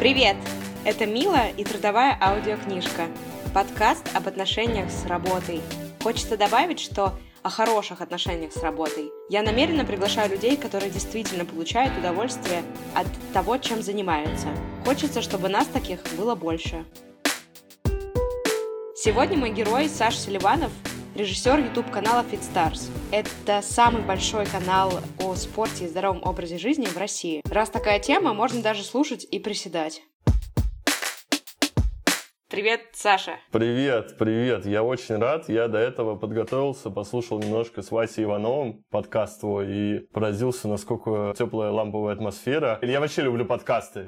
Привет! Это Мила и трудовая аудиокнижка. Подкаст об отношениях с работой. Хочется добавить, что о хороших отношениях с работой. Я намеренно приглашаю людей, которые действительно получают удовольствие от того, чем занимаются. Хочется, чтобы нас таких было больше. Сегодня мой герой Саша Селиванов, режиссер YouTube-канала FitStars. Это самый большой канал о спорте и здоровом образе жизни в России. Раз такая тема, можно даже слушать и приседать. Привет, Саша. Привет. Я очень рад. Я до этого подготовился, послушал немножко с Васей Ивановым подкаст твой и поразился, насколько теплая ламповая атмосфера. Я вообще люблю подкасты.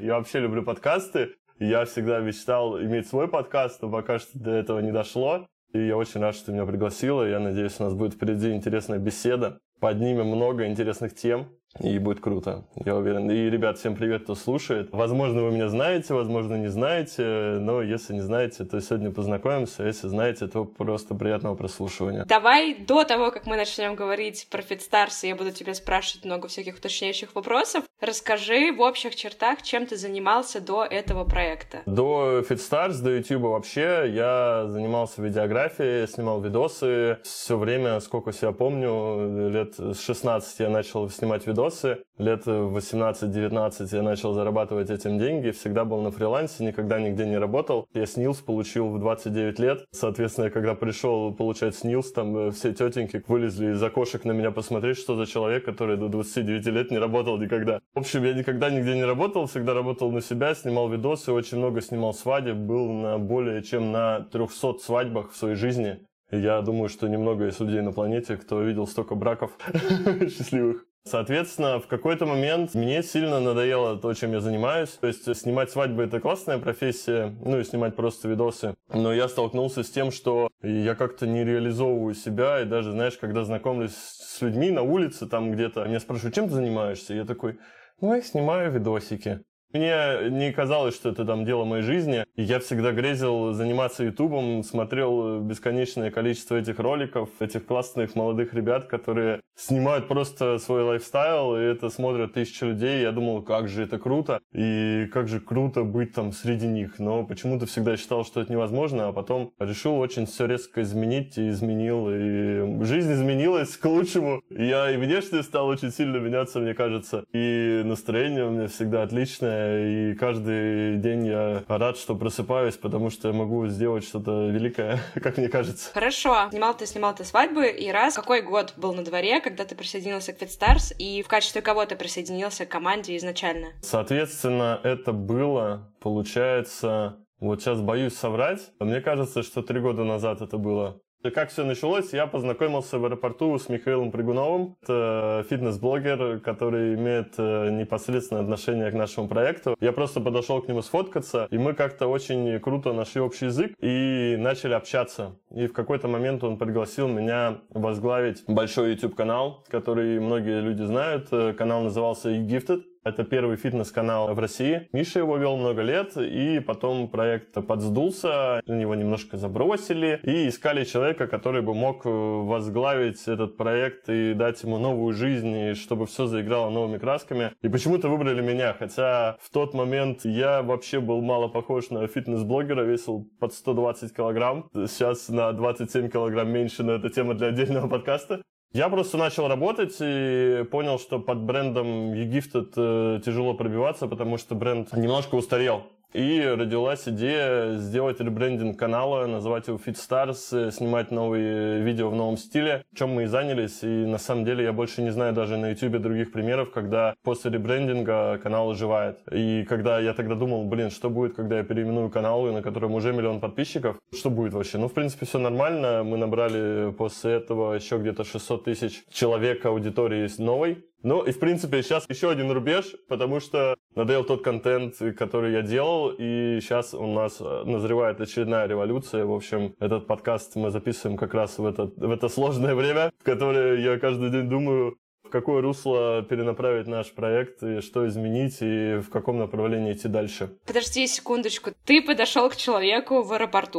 Я всегда мечтал иметь свой подкаст, но пока что до этого не дошло. И я очень рад, что ты меня пригласила. Я надеюсь, у нас будет впереди интересная беседа. Поднимем много интересных тем, и будет круто, я уверен. И, ребят, всем привет, кто слушает. Возможно, вы меня знаете, возможно, не знаете, но если не знаете, то сегодня познакомимся. Если знаете, то просто приятного прослушивания. Давай до того, как мы начнем говорить про FitStars, я буду тебя спрашивать много всяких уточняющих вопросов. Расскажи в общих чертах, чем ты занимался до этого проекта. До FitStars, до YouTube вообще я занимался видеографией, снимал видосы. Все время, сколько себя помню, лет с 16 я начал снимать видосы. Лет в 18-19 я начал зарабатывать этим деньги. Всегда был на фрилансе, никогда нигде не работал. Я СНИЛС получил в 29 лет. Соответственно, когда пришел получать СНИЛС, там все тетеньки вылезли из окошек на меня посмотреть, что за человек, который до 29 лет не работал никогда. В общем, я никогда нигде не работал, всегда работал на себя, снимал видосы, очень много снимал свадеб, был на более чем на 300 свадьбах в своей жизни. Я думаю, что немного есть людей на планете, кто видел столько браков счастливых. Соответственно, в какой-то момент мне сильно надоело то, чем я занимаюсь. То есть снимать свадьбы — это классная профессия, и снимать просто видосы. Но я столкнулся с тем, что я как-то не реализовываю себя. И даже, знаешь, когда знакомлюсь с людьми на улице, там где-то, меня спрашивают, чем ты занимаешься? Я такой, я снимаю видосики. Мне не казалось, что это там дело моей жизни. И я всегда грезил заниматься ютубом, смотрел бесконечное количество этих роликов, этих классных молодых ребят, которые снимают просто свой лайфстайл, и это смотрят тысячи людей. Я думал, как же это круто, и как же круто быть там среди них. Но почему-то всегда считал, что это невозможно, а потом решил очень все резко изменить, и изменил. И жизнь изменилась к лучшему. Я и внешность стал очень сильно меняться, мне кажется. И настроение у меня всегда отличное. И каждый день я рад, что просыпаюсь, потому что я могу сделать что-то великое, как мне кажется. Хорошо. Снимал ты свадьбы, и раз. Какой год был на дворе, когда ты присоединился к FitStars, и в качестве кого ты присоединился к команде изначально? Соответственно, это было, получается, вот сейчас боюсь соврать, мне кажется, что 3 года назад это было. Как все началось, я познакомился в аэропорту с Михаилом Прыгуновым. Это фитнес-блогер, который имеет непосредственное отношение к нашему проекту. Я просто подошел к нему сфоткаться, и мы как-то очень круто нашли общий язык и начали общаться. И в какой-то момент он пригласил меня возглавить большой YouTube-канал, который многие люди знают. Канал назывался eGifted. Это первый фитнес-канал в России. Миша его вел много лет, и потом проект подсдулся, его немножко забросили, и искали человека, который бы мог возглавить этот проект и дать ему новую жизнь, и чтобы все заиграло новыми красками. И почему-то выбрали меня, хотя в тот момент я вообще был мало похож на фитнес-блогера, весил под 120 килограмм, сейчас на 27 килограмм меньше, но это тема для отдельного подкаста. Я просто начал работать и понял, что под брендом eGifted тяжело пробиваться, потому что бренд немножко устарел. И родилась идея сделать ребрендинг канала, назвать его FitStars, снимать новые видео в новом стиле, чем мы и занялись. И на самом деле я больше не знаю даже на YouTube других примеров, когда после ребрендинга канал оживает. И когда я тогда думал, что будет, когда я переименую канал, на котором уже 1 миллион подписчиков, что будет вообще? В принципе, все нормально. Мы набрали после этого еще где-то 600 тысяч человек аудитории новой. И, в принципе, сейчас еще один рубеж, потому что надоел тот контент, который я делал, и сейчас у нас назревает очередная революция. В общем, этот подкаст мы записываем как раз в это сложное время, в которое я каждый день думаю, в какое русло перенаправить наш проект, и что изменить, и в каком направлении идти дальше. Подожди секундочку. Ты подошел к человеку в аэропорту,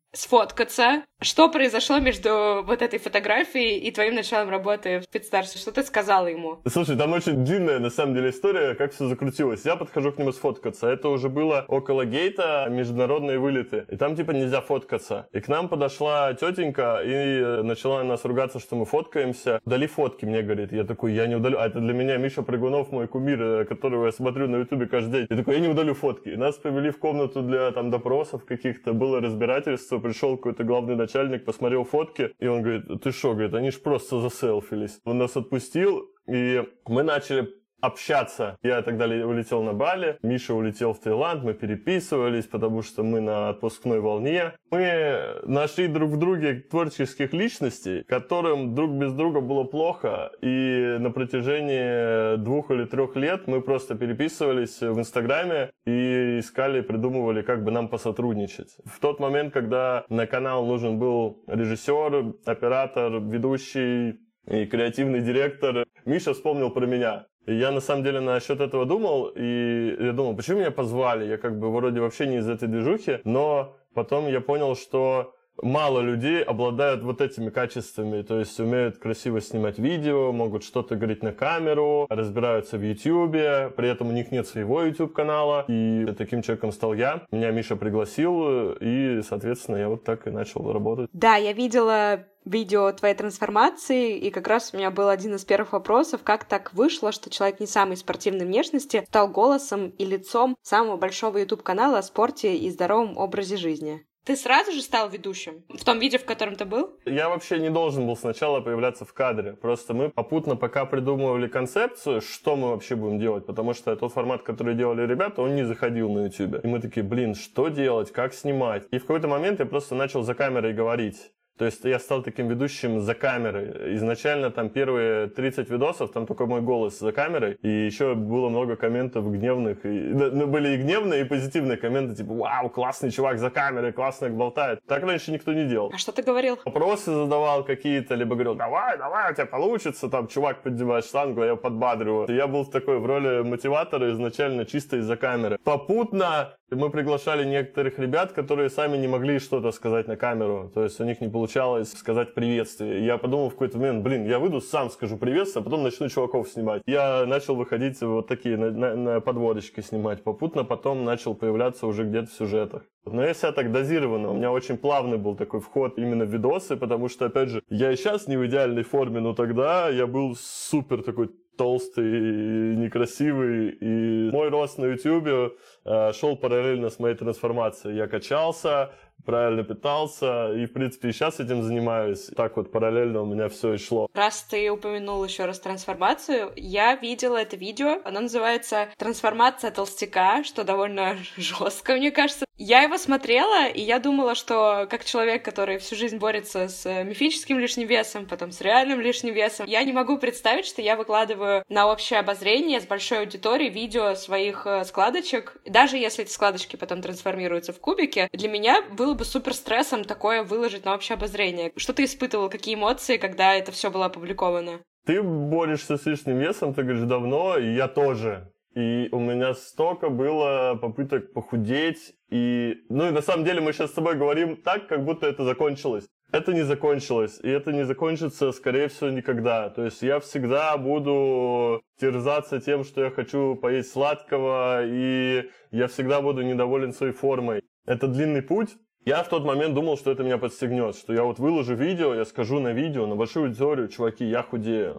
сфоткаться. Что произошло между вот этой фотографией и твоим началом работы в Speedstars? Что ты сказала ему? Слушай, там очень длинная, на самом деле, история, как все закрутилось. Я подхожу к нему сфоткаться. Это уже было около гейта, международные вылеты. И там, типа, нельзя фоткаться. И к нам подошла тетенька и начала нас ругаться, что мы фоткаемся. Удали фотки, мне говорит. Я такой, я не удалю. А это для меня Миша Прыгунов, мой кумир, которого я смотрю на Ютубе каждый день. Я такой, я не удалю фотки. И нас повели в комнату для там допросов каких-то. Было разбирательство. Пришел какой-то главный начальник, посмотрел фотки. И он говорит, ты шо, говорит, они ж просто заселфились. Он нас отпустил, и мы начали общаться. Я тогда улетел на Бали, Миша улетел в Таиланд, мы переписывались, потому что мы на отпускной волне. Мы нашли друг в друге творческих личностей, которым друг без друга было плохо, и на протяжении 2 или 3 лет мы просто переписывались в Инстаграме и искали, придумывали, как бы нам посотрудничать. В тот момент, когда на канал нужен был режиссер, оператор, ведущий и креативный директор, Миша вспомнил про меня. И я, на самом деле, насчет этого думал, и я думал, почему меня позвали? Я как бы вроде вообще не из этой движухи, но потом я понял, что мало людей обладают вот этими качествами, то есть умеют красиво снимать видео, могут что-то говорить на камеру, разбираются в Ютубе, при этом у них нет своего YouTube-канала, и таким человеком стал я. Меня Миша пригласил, и, соответственно, я вот так и начал работать. Да, я видела видео твоей трансформации, и как раз у меня был один из первых вопросов, как так вышло, что человек не самой спортивной внешности стал голосом и лицом самого большого YouTube-канала о спорте и здоровом образе жизни. Ты сразу же стал ведущим? В том видео, в котором ты был? Я вообще не должен был сначала появляться в кадре. Просто мы попутно пока придумывали концепцию, что мы вообще будем делать. Потому что тот формат, который делали ребята, он не заходил на YouTube. И мы такие, что делать, как снимать? И в какой-то момент я просто начал за камерой говорить. То есть я стал таким ведущим за камерой. Изначально там первые 30 видосов, там только мой голос за камерой. И еще было много комментов гневных. Были и гневные, и позитивные комменты, типа, вау, классный чувак за камерой, классно болтает. Так раньше никто не делал. А что ты говорил? Вопросы задавал какие-то, либо говорил, давай, у тебя получится. Там чувак поднимает штангу, я его подбадриваю. Я был такой в роли мотиватора изначально чисто из-за камеры. Попутно мы приглашали некоторых ребят, которые сами не могли что-то сказать на камеру. То есть у них не получалось сказать приветствие. Я подумал в какой-то момент, я выйду, сам скажу приветствие, а потом начну чуваков снимать. Я начал выходить вот такие на подводочки снимать. Попутно потом начал появляться уже где-то в сюжетах. Но я себя так дозированно. У меня очень плавный был такой вход именно в видосы, потому что, опять же, я и сейчас не в идеальной форме, но тогда я был супер такой толстый, некрасивый, и мой рост на ютубе шел параллельно с моей трансформацией. Я качался, правильно питался, и, в принципе, и сейчас этим занимаюсь. Так вот параллельно у меня все и шло. Раз ты упомянул еще раз трансформацию, я видела это видео, оно называется «Трансформация толстяка», что довольно жестко, мне кажется. Я его смотрела, и я думала, что как человек, который всю жизнь борется с мифическим лишним весом, потом с реальным лишним весом, я не могу представить, что я выкладываю на общее обозрение с большой аудиторией видео своих складочек. Даже если эти складочки потом трансформируются в кубики, для меня было бы супер стрессом такое выложить на общее обозрение. Что ты испытывал, какие эмоции, когда это все было опубликовано? Ты борешься с лишним весом, ты говоришь, давно, и я тоже. И у меня столько было попыток похудеть. И на самом деле мы сейчас с тобой говорим так, как будто это закончилось. Это не закончилось, и это не закончится, скорее всего, никогда. То есть я всегда буду терзаться тем, что я хочу поесть сладкого, и я всегда буду недоволен своей формой. Это длинный путь. Я в тот момент думал, что это меня подстегнет, что я вот выложу видео, я скажу на видео, на большую аудиторию, чуваки, я худею,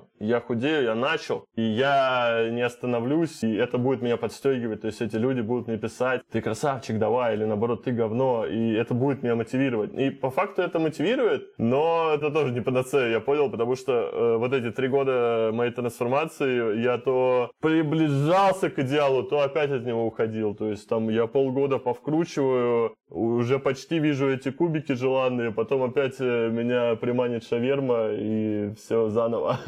я начал, и я не остановлюсь, и это будет меня подстегивать, то есть эти люди будут мне писать, ты красавчик, давай, или наоборот, ты говно, и это будет меня мотивировать. И по факту это мотивирует, но это тоже не панацея, я понял, потому что вот эти 3 года моей трансформации я то приближался к идеалу, то опять от него уходил, то есть там я полгода повкручиваю, уже почти вижу эти кубики желанные, потом опять меня приманит шаверма, и все заново.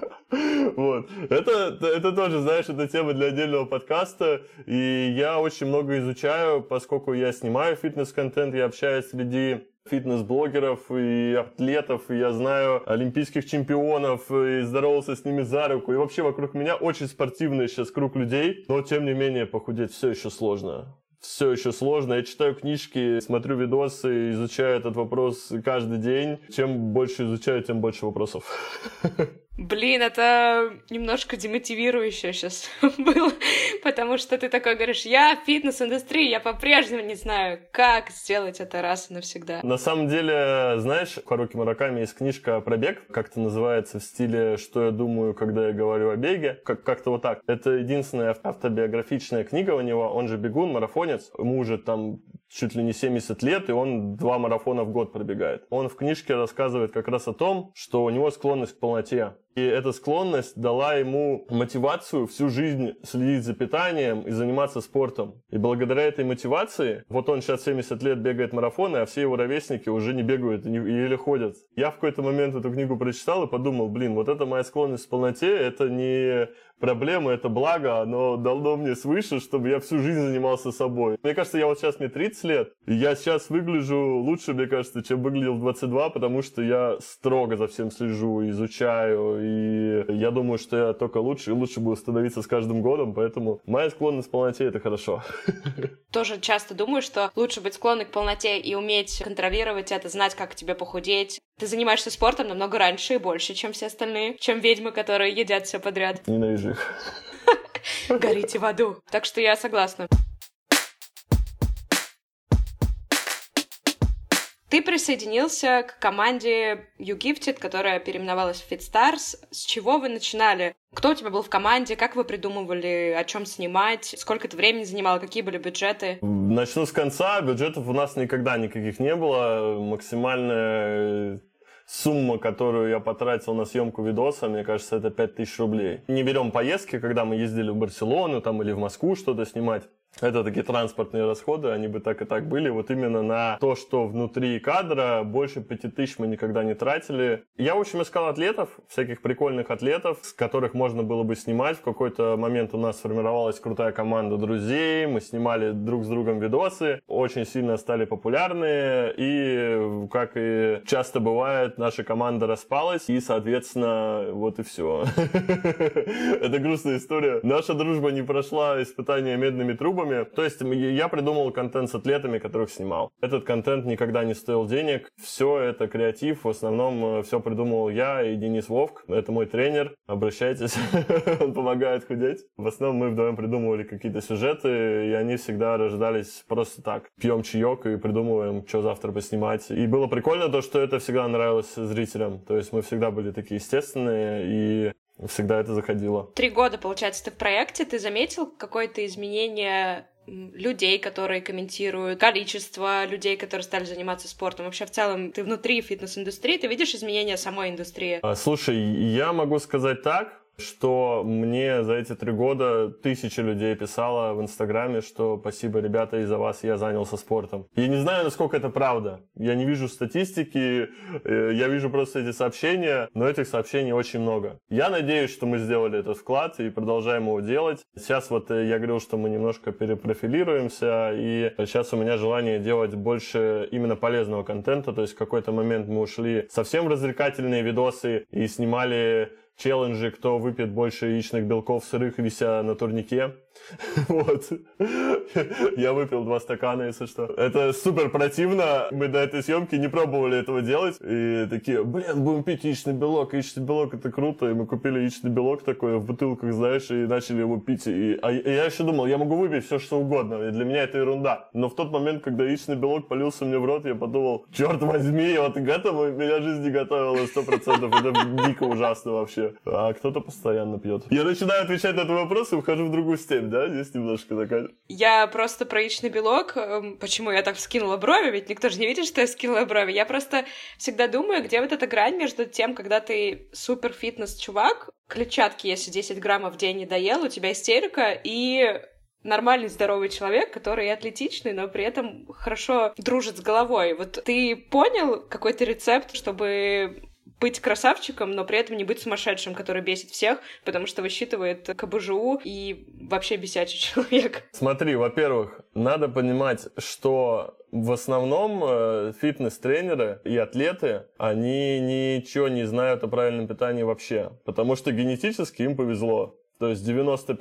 Вот. Это тоже, знаешь, это тема для отдельного подкаста, и я очень много изучаю, поскольку я снимаю фитнес-контент, я общаюсь среди фитнес-блогеров и атлетов, и я знаю олимпийских чемпионов, и здоровался с ними за руку, и вообще вокруг меня очень спортивный сейчас круг людей, но тем не менее похудеть все еще сложно. все еще сложно. Я читаю книжки, смотрю видосы, изучаю этот вопрос каждый день. Чем больше изучаю, тем больше вопросов. Блин, это немножко демотивирующе сейчас было, потому что ты такой говоришь, я в фитнес-индустрии, я по-прежнему не знаю, как сделать это раз и навсегда. На самом деле, знаешь, у Харуки Мураками есть книжка про бег, как-то называется в стиле «Что я думаю, когда я говорю о беге», как-то вот так. Это единственная автобиографичная книга у него, он же бегун, марафонец, ему уже там чуть ли не 70 лет, и он 2 марафона в год пробегает. Он в книжке рассказывает как раз о том, что у него склонность к полноте. И эта склонность дала ему мотивацию всю жизнь следить за питанием и заниматься спортом. И благодаря этой мотивации, вот он сейчас 70 лет бегает марафоны, а все его ровесники уже не бегают и еле ходят. Я в какой-то момент эту книгу прочитал и подумал, блин, вот это моя склонность к полноте, это не проблема, это благо, оно дало мне свыше, чтобы я всю жизнь занимался собой. Мне кажется, мне 30 лет, и я сейчас выгляжу лучше, мне кажется, чем выглядел в 22, потому что я строго за всем слежу, изучаю, и я думаю, что я только лучше и лучше буду становиться с каждым годом, поэтому моя склонность к полноте — это хорошо. Тоже часто думаю, что лучше быть склонной к полноте и уметь контролировать это, знать, как тебе похудеть. Ты занимаешься спортом намного раньше и больше, чем все остальные, чем ведьмы, которые едят все подряд. Ненавижу их. Горите в аду. Так что я согласна. Ты присоединился к команде YouGifted, которая переименовалась в FitStars. С чего вы начинали? Кто у тебя был в команде? Как вы придумывали, о чем снимать? Сколько это времени занимало? Какие были бюджеты? Начну с конца. Бюджетов у нас никогда никаких не было. Максимальная сумма, которую я потратил на съемку видоса, мне кажется, это 5000 рублей. Не берем поездки, когда мы ездили в Барселону там, или в Москву что-то снимать. Это такие транспортные расходы, они бы так и так были. Вот именно на то, что внутри кадра, больше 5000 мы никогда не тратили. Я, в общем, искал атлетов, всяких прикольных атлетов, с которых можно было бы снимать. В какой-то момент у нас сформировалась крутая команда друзей, мы снимали друг с другом видосы, очень сильно стали популярны, и, как и часто бывает, наша команда распалась, и, соответственно, вот и все. Это грустная история. Наша дружба не прошла испытания медными трубами. То есть я придумал контент с атлетами, которых снимал. Этот контент никогда не стоил денег. Все это креатив. В основном все придумал я и Денис Вовк. Это мой тренер. Обращайтесь. Он помогает худеть. В основном мы вдвоем придумывали какие-то сюжеты, и они всегда рождались просто так. Пьем чаек и придумываем, что завтра поснимать. И было прикольно то, что это всегда нравилось зрителям. То есть мы всегда были такие естественные, и всегда это заходило. 3 года, получается, ты в проекте. Ты заметил какое-то изменение людей, которые комментируют, количество людей, которые стали заниматься спортом? Вообще, в целом, ты внутри фитнес-индустрии, ты видишь изменения самой индустрии? Слушай, я могу сказать так, что мне за эти 3 года 1000 людей писало в Инстаграме, что спасибо, ребята, из-за вас я занялся спортом. Я не знаю, насколько это правда. Я не вижу статистики, я вижу просто эти сообщения, но этих сообщений очень много. Я надеюсь, что мы сделали этот вклад и продолжаем его делать. Сейчас вот я говорил, что мы немножко перепрофилируемся, и сейчас у меня желание делать больше именно полезного контента. То есть в какой-то момент мы ушли совсем в развлекательные видосы и снимали челленджи, кто выпьет больше яичных белков сырых, вися на турнике. Вот. Я выпил 2 стакана, если что. Это супер противно. Мы до этой съемки не пробовали этого делать. И такие, блин, будем пить яичный белок. Яичный белок — это круто. И мы купили яичный белок такой в бутылках, знаешь, и начали его пить. А я еще думал, я могу выпить все, что угодно. И для меня это ерунда. Но в тот момент, когда яичный белок полился мне в рот, я подумал, черт возьми, вот к этому меня жизнь не готовила 100%. Это дико ужасно вообще. А кто-то постоянно пьет. Я начинаю отвечать на этот вопрос и ухожу в другую степь, да? Здесь немножко такая. Я просто про яичный белок. Почему я так вскинула брови? Ведь никто же не видит, что я вскинула брови. Я просто всегда думаю, где вот эта грань между тем, когда ты супер фитнес-чувак, клетчатки, если 10 граммов в день не доел, у тебя истерика, и нормальный, здоровый человек, который атлетичный, но при этом хорошо дружит с головой. Вот ты понял какой-то рецепт, чтобы быть красавчиком, но при этом не быть сумасшедшим, который бесит всех, потому что высчитывает КБЖУ и вообще бесячий человек? Смотри, во-первых, надо понимать, что в основном фитнес-тренеры и атлеты, они ничего не знают о правильном питании вообще, потому что генетически им повезло. То есть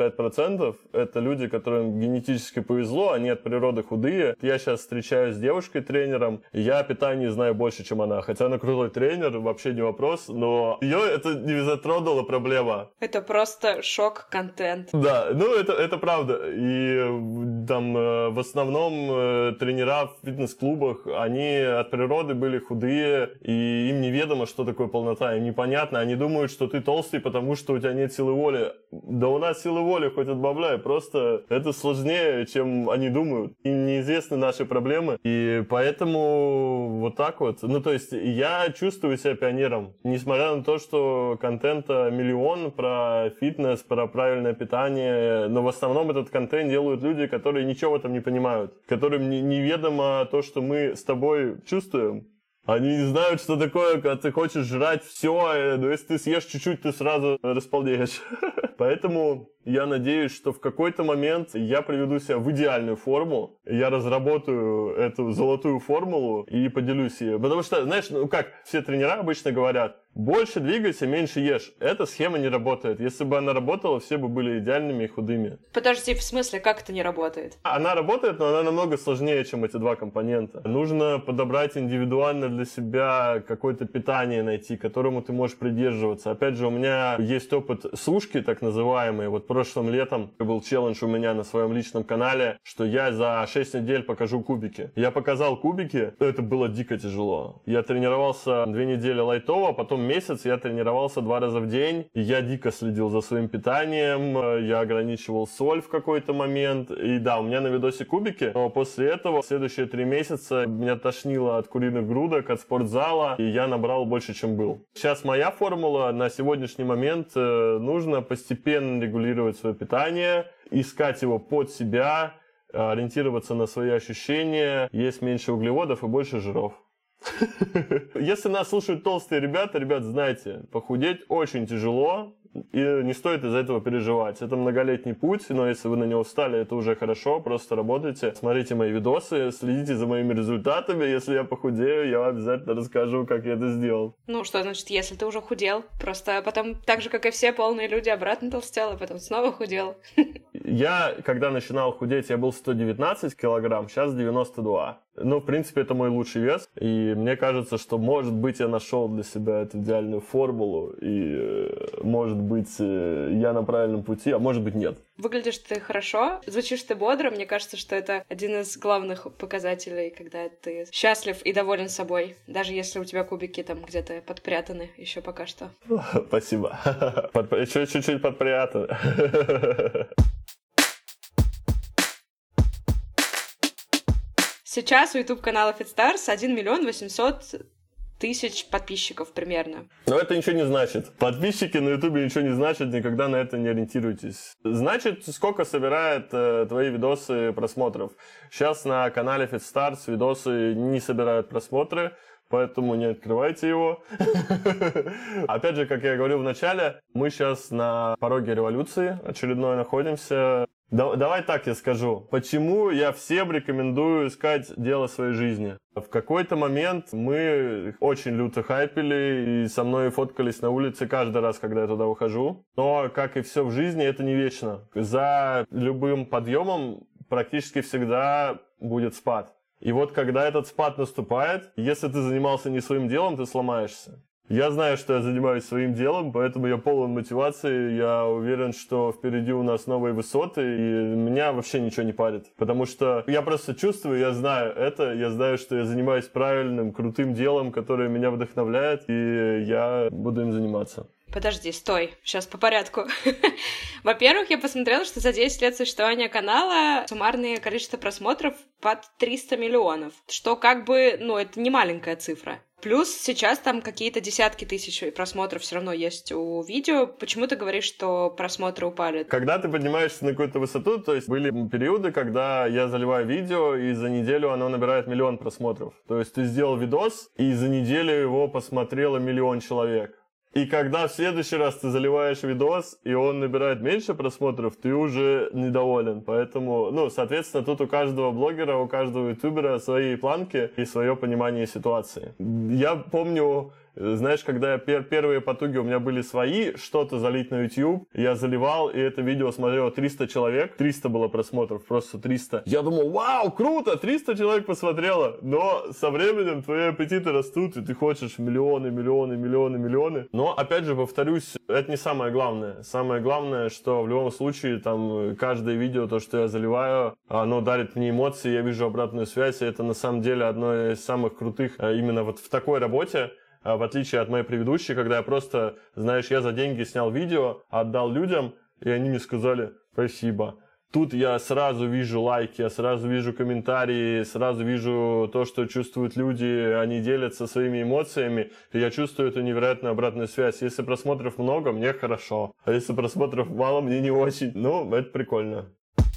95% это люди, которым генетически повезло, они от природы худые. Я сейчас встречаюсь с девушкой-тренером, я о питании знаю больше, чем она. Хотя она крутой тренер, вообще не вопрос, но ее это не затронула проблема. Это просто шок-контент. Да, ну это правда. И там в основном тренера в фитнес-клубах, они от природы были худые, и им неведомо, что такое полнота, им непонятно. Они думают, что ты толстый, потому что у тебя нет силы воли. Да у нас силы воли хоть отбавляй, просто это сложнее, чем они думают. Им неизвестны наши проблемы, и поэтому вот так вот. Ну, то есть я чувствую себя пионером, несмотря на то, что контента миллион про фитнес, про правильное питание, но в основном этот контент делают люди, которые ничего в этом не понимают, которым неведомо то, что мы с тобой чувствуем. Они не знают, что такое, когда ты хочешь жрать все, но если ты съешь чуть-чуть, ты сразу располнеешь. Поэтому я надеюсь, что в какой-то момент я приведу себя в идеальную форму, я разработаю эту золотую формулу и поделюсь ею. Потому что, знаешь, ну как все тренера обычно говорят, больше двигайся, меньше ешь. Эта схема не работает. Если бы она работала, все бы были идеальными и худыми. Подожди, в смысле, как это не работает? Она работает, но она намного сложнее, чем эти два компонента. Нужно подобрать индивидуально для себя какое-то питание найти, которому ты можешь придерживаться. Опять же, у меня есть опыт сушки, так называемый. Вот прошлым летом был челлендж у меня на своем личном канале, что я за 6 недель покажу кубики. Я показал кубики, это было дико тяжело. Я тренировался 2 недели лайтово, потом месяц я тренировался 2 раза в день. И я дико следил за своим питанием, я ограничивал соль в какой-то момент. И да, у меня на видосе кубики, но после этого следующие 3 месяца меня тошнило от куриных грудок, от спортзала, и я набрал больше, чем был. Сейчас моя формула на сегодняшний момент: нужно постепенно регулировать свое питание, искать его под себя, ориентироваться на свои ощущения, есть меньше углеводов и больше жиров. Если нас слушают толстые ребята, знайте, похудеть очень тяжело, и не стоит из-за этого переживать. Это многолетний путь, но если вы на него встали, это уже хорошо, просто работайте. Смотрите мои видосы, следите за моими результатами. Если я похудею, я вам обязательно расскажу, как я это сделал. Ну, что значит, если ты уже худел? Просто потом, так же, как и все полные люди, обратно толстел, а потом снова худел. Я, когда начинал худеть, я был 119 килограмм, сейчас 92. Ну, в принципе, это мой лучший вес. И мне кажется, что, может быть, я нашел для себя эту идеальную формулу. И, может быть, я на правильном пути, а может быть, нет. Выглядишь ты хорошо, звучишь ты бодро. Мне кажется, что это один из главных показателей, когда ты счастлив и доволен собой. Даже если у тебя кубики там где-то подпрятаны еще пока что. Спасибо. Еще чуть-чуть подпрятаны. Сейчас у YouTube-канала FitStars 1 800 000 подписчиков примерно. Но это ничего не значит. Подписчики на YouTube ничего не значат, никогда на это не ориентируйтесь. Значит, сколько собирает твои видосы просмотров. Сейчас на канале FitStars видосы не собирают просмотры, поэтому не открывайте его. Опять же, как я говорил в начале, мы сейчас на пороге революции очередной находимся. Давай так я скажу. Почему я всем рекомендую искать дело своей жизни? В какой-то момент мы очень люто хайпили и со мной фоткались на улице каждый раз, когда я туда ухожу. Но, как и все в жизни, это не вечно. За любым подъемом практически всегда будет спад. И вот когда этот спад наступает, если ты занимался не своим делом, ты сломаешься. Я знаю, что я занимаюсь своим делом, поэтому я полон мотивации. Я уверен, что впереди у нас новые высоты, и меня вообще ничего не парит. Потому что я просто чувствую, я знаю это, я знаю, что я занимаюсь правильным, крутым делом, которое меня вдохновляет, и я буду им заниматься. Подожди, стой, сейчас по порядку. Во-первых, я посмотрела, что за 10 лет существования канала суммарное количество просмотров под 300 миллионов, что как бы, это не маленькая цифра. Плюс сейчас там какие-то десятки тысяч просмотров все равно есть у видео. Почему ты говоришь, что просмотры упали? Когда ты поднимаешься на какую-то высоту, то есть были периоды, когда я заливаю видео, и за неделю оно набирает 1 000 000 просмотров. То есть ты сделал видос, и за неделю его посмотрело 1 000 000 человек. И когда в следующий раз ты заливаешь видос, и он набирает меньше просмотров, ты уже недоволен. Поэтому, соответственно, тут у каждого блогера, у каждого ютубера свои планки и свое понимание ситуации. Я помню, Знаешь, когда я первые потуги у меня были свои, что-то залить на YouTube, я заливал, и это видео смотрело 300 человек, 300 было просмотров, просто 300. Я думал, вау, круто, 300 человек посмотрело, но со временем твои аппетиты растут, и ты хочешь миллионы, миллионы, миллионы, миллионы. Но, опять же, повторюсь, это не самое главное. Самое главное, что в любом случае, там, каждое видео, то, что я заливаю, оно дарит мне эмоции, я вижу обратную связь, и это на самом деле одно из самых крутых именно вот в такой работе, в отличие от моей предыдущей, когда я просто, знаешь, я за деньги снял видео, отдал людям, и они мне сказали спасибо. Тут я сразу вижу лайки, я сразу вижу комментарии, сразу вижу то, что чувствуют люди, они делятся своими эмоциями, и я чувствую эту невероятную обратную связь. Если просмотров много, мне хорошо, а если просмотров мало, мне не очень. Ну, это прикольно.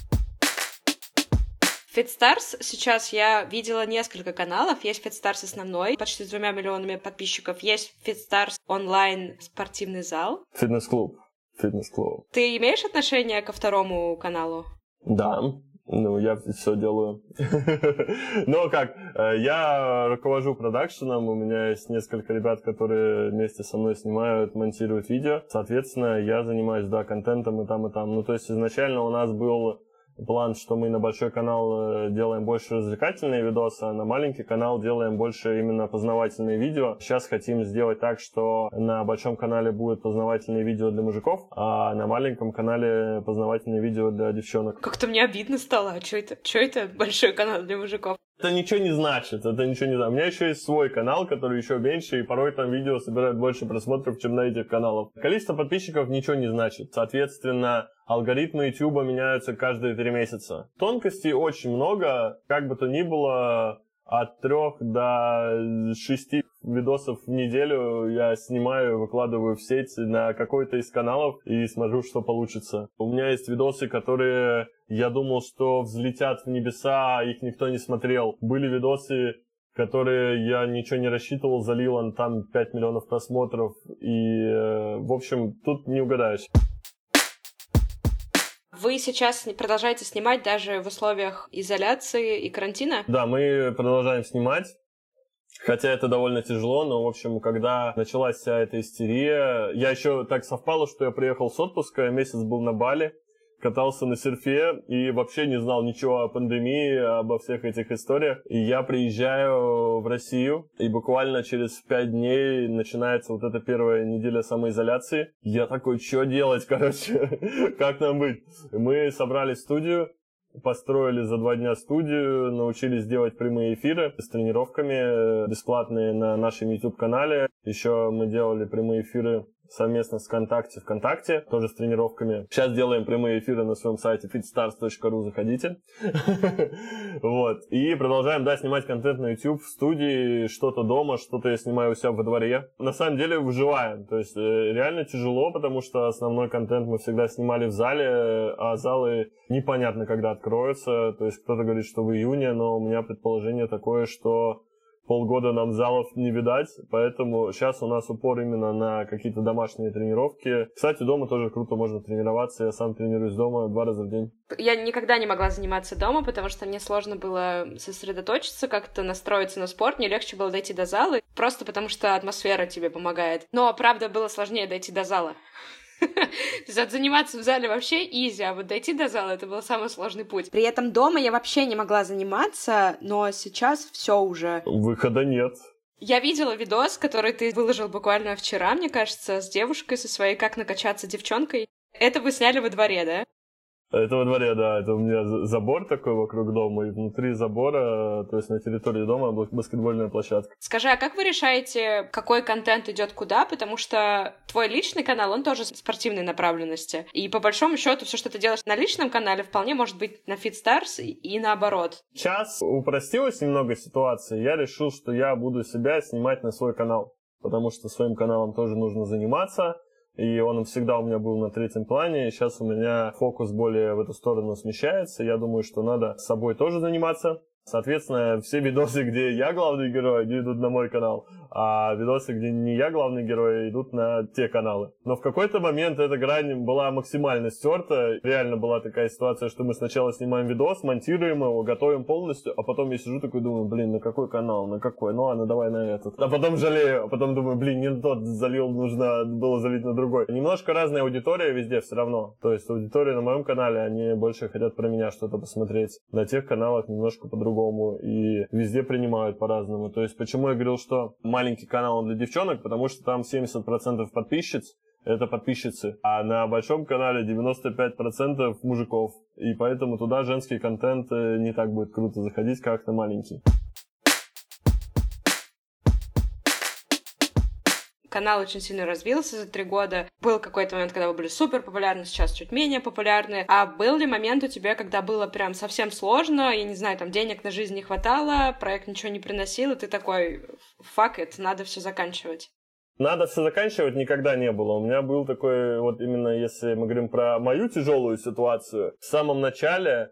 FitStars сейчас я видела несколько каналов. Есть FitStars основной, почти 2 миллионами подписчиков. Есть FitStars онлайн спортивный зал. Фитнес-клуб. Ты имеешь отношение ко второму каналу? Да. Ну, я все делаю. Но как, я руковожу продакшеном, у меня есть несколько ребят, которые вместе со мной снимают, монтируют видео. Соответственно, я занимаюсь, да, контентом и там, и там. Ну, то есть изначально у нас был план, что мы на большой канал делаем больше развлекательные видосы, а на маленький канал делаем больше именно познавательные видео. Сейчас хотим сделать так, что на большом канале будет познавательные видео для мужиков, а на маленьком канале познавательные видео для девчонок. Как-то мне обидно стало. А что это большой канал для мужиков? Это ничего не значит, У меня еще есть свой канал, который еще меньше, и порой там видео собирают больше просмотров, чем на этих каналах. Количество подписчиков ничего не значит. Соответственно, алгоритмы YouTube меняются каждые 3 месяца. Тонкостей очень много, как бы то ни было, от 3 до 6 видосов в неделю я снимаю, выкладываю в сеть на какой-то из каналов и смотрю, что получится. У меня есть видосы, которые я думал, что взлетят в небеса, а их никто не смотрел. Были видосы, которые я ничего не рассчитывал, залил он там 5 миллионов просмотров. И, в общем, тут не угадаешь. Вы сейчас продолжаете снимать даже в условиях изоляции и карантина? Да, мы продолжаем снимать. Хотя это довольно тяжело, но, в общем, когда началась вся эта истерия, я еще так совпало, что я приехал с отпуска, месяц был на Бали, катался на серфе и вообще не знал ничего о пандемии, обо всех этих историях. И я приезжаю в Россию, и буквально через 5 дней начинается вот эта первая неделя самоизоляции. Я такой, что делать, короче, как нам быть? Мы собрали студию, построили за 2 дня студию, научились делать прямые эфиры с тренировками бесплатные на нашем YouTube-канале. Еще мы делали прямые эфиры совместно с ВКонтакте, тоже с тренировками. Сейчас делаем прямые эфиры на своем сайте fitstars.ru, заходите. Вот. И продолжаем, да, снимать контент на YouTube в студии, что-то дома, что-то я снимаю у себя во дворе. На самом деле выживаем. То есть реально тяжело, потому что основной контент мы всегда снимали в зале, а залы непонятно, когда откроются. То есть кто-то говорит, что в июне, но у меня предположение такое, что полгода нам залов не видать, поэтому сейчас у нас упор именно на какие-то домашние тренировки. Кстати, дома тоже круто можно тренироваться, я сам тренируюсь дома 2 раза в день. Я никогда не могла заниматься дома, потому что мне сложно было сосредоточиться, как-то настроиться на спорт, мне легче было дойти до зала, просто потому что атмосфера тебе помогает. Но, правда, было сложнее дойти до зала. То есть заниматься в зале вообще изи, а вот дойти до зала — это был самый сложный путь. При этом дома я вообще не могла заниматься, но сейчас все уже. Выхода нет. Я видела видос, который ты выложил буквально вчера, мне кажется, с девушкой, со своей «Как накачаться девчонкой». Это вы сняли во дворе, да? Это во дворе, да. Это у меня забор такой вокруг дома, и внутри забора, то есть на территории дома, баскетбольная площадка. Скажи, а как вы решаете, какой контент идет куда? Потому что твой личный канал, он тоже спортивной направленности. И по большому счету все, что ты делаешь на личном канале, вполне может быть на FitStars и наоборот. Сейчас упростилась немного ситуация. Я решил, что я буду себя снимать на свой канал, потому что своим каналом тоже нужно заниматься. И он всегда у меня был на 3-м плане. Сейчас у меня фокус более в эту сторону смещается. Я думаю, что надо с собой тоже заниматься. Соответственно, все видосы, где я главный герой, они идут на мой канал, а видосы, где не я главный герой, идут на те каналы. Но в какой-то момент эта грань была максимально стерта. Реально была такая ситуация, что мы сначала снимаем видос, монтируем его, готовим полностью, а потом я сижу такой, думаю, блин, на какой канал, на какой? Ну ладно, давай на этот. А потом жалею, а потом думаю, блин, не на тот залил, нужно было залить на другой. Немножко разная аудитория везде все равно. То есть аудитория на моем канале, они больше хотят про меня что-то посмотреть. На тех каналах немножко по-другому. И везде принимают по-разному. То есть почему я говорил, что маленький канал для девчонок, потому что там 70% подписчиц, это подписчицы, а на большом канале 95% мужиков. И поэтому туда женский контент не так будет круто заходить, как на маленький. Канал очень сильно развился за 3 года. Был какой-то момент, когда вы были супер популярны, сейчас чуть менее популярны. А был ли момент у тебя, когда было прям совсем сложно, я не знаю, там денег на жизнь не хватало, проект ничего не приносил, и ты такой, fuck it, надо все заканчивать? Надо все заканчивать никогда не было. У меня был такой, вот именно если мы говорим про мою тяжелую ситуацию, в самом начале,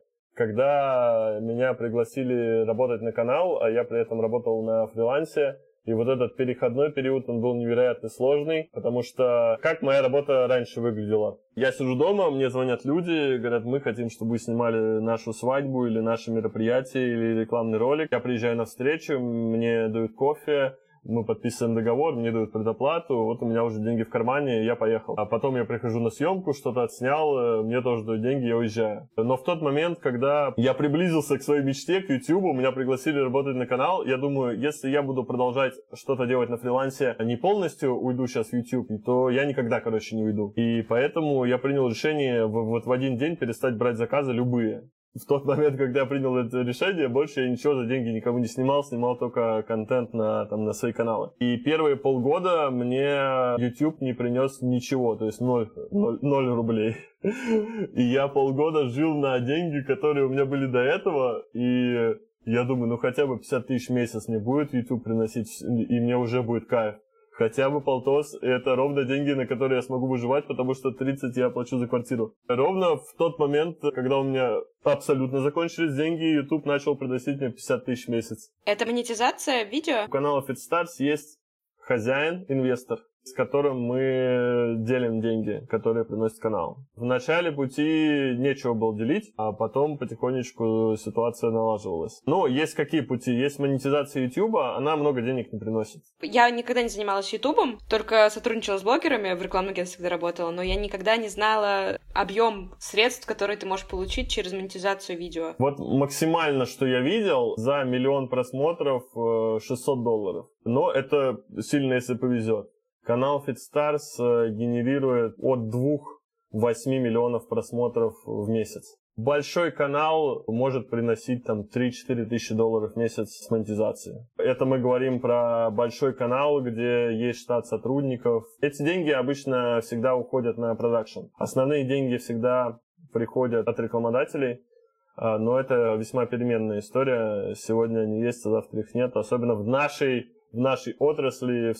когда меня пригласили работать на канал, а я при этом работал на фрилансе, и вот этот переходной период, он был невероятно сложный, потому что как моя работа раньше выглядела? Я сижу дома, мне звонят люди, говорят, мы хотим, чтобы вы снимали нашу свадьбу или наше мероприятие, или рекламный ролик. Я приезжаю на встречу, мне дают кофе, мы подписываем договор, мне дают предоплату, вот у меня уже деньги в кармане, я поехал. А потом я прихожу на съемку, что-то отснял, мне тоже дают деньги, я уезжаю. Но в тот момент, когда я приблизился к своей мечте, к YouTube, меня пригласили работать на канал, я думаю, если я буду продолжать что-то делать на фрилансе, не полностью уйду сейчас в YouTube, то я никогда, короче, не уйду. И поэтому я принял решение вот в один день перестать брать заказы любые. В тот момент, когда я принял это решение, больше я ничего за деньги никому не снимал только контент на свои каналы. И первые полгода мне YouTube не принес ничего, то есть 0 рублей. И я полгода жил на деньги, которые у меня были до этого, и я думаю, ну хотя бы 50 тысяч в месяц мне будет YouTube приносить, и мне уже будет кайф. Хотя бы полтос, это ровно деньги, на которые я смогу выживать, потому что 30 я плачу за квартиру. Ровно в тот момент, когда у меня абсолютно закончились деньги, YouTube начал приносить мне 50 тысяч в месяц. Это монетизация видео? У канала FitStars есть хозяин, инвестор, с которым мы делим деньги, которые приносит канал. В начале пути нечего было делить, а потом потихонечку ситуация налаживалась. Но есть какие пути? Есть монетизация YouTube, она много денег не приносит. Я никогда не занималась Ютубом, только сотрудничала с блогерами, в рекламном агентстве когда работала, но я никогда не знала объем средств, которые ты можешь получить через монетизацию видео. Вот максимально, что я видел, за 1 миллион просмотров $600. Но это сильно, если повезет. Канал FitStars генерирует от 2-8 миллионов просмотров в месяц. Большой канал может приносить там 3-4 тысячи долларов в месяц с монетизацией. Это мы говорим про большой канал, где есть штат сотрудников. Эти деньги обычно всегда уходят на продакшн. Основные деньги всегда приходят от рекламодателей, но это весьма переменная история. Сегодня они есть, а завтра их нет. Особенно в нашей отрасли, в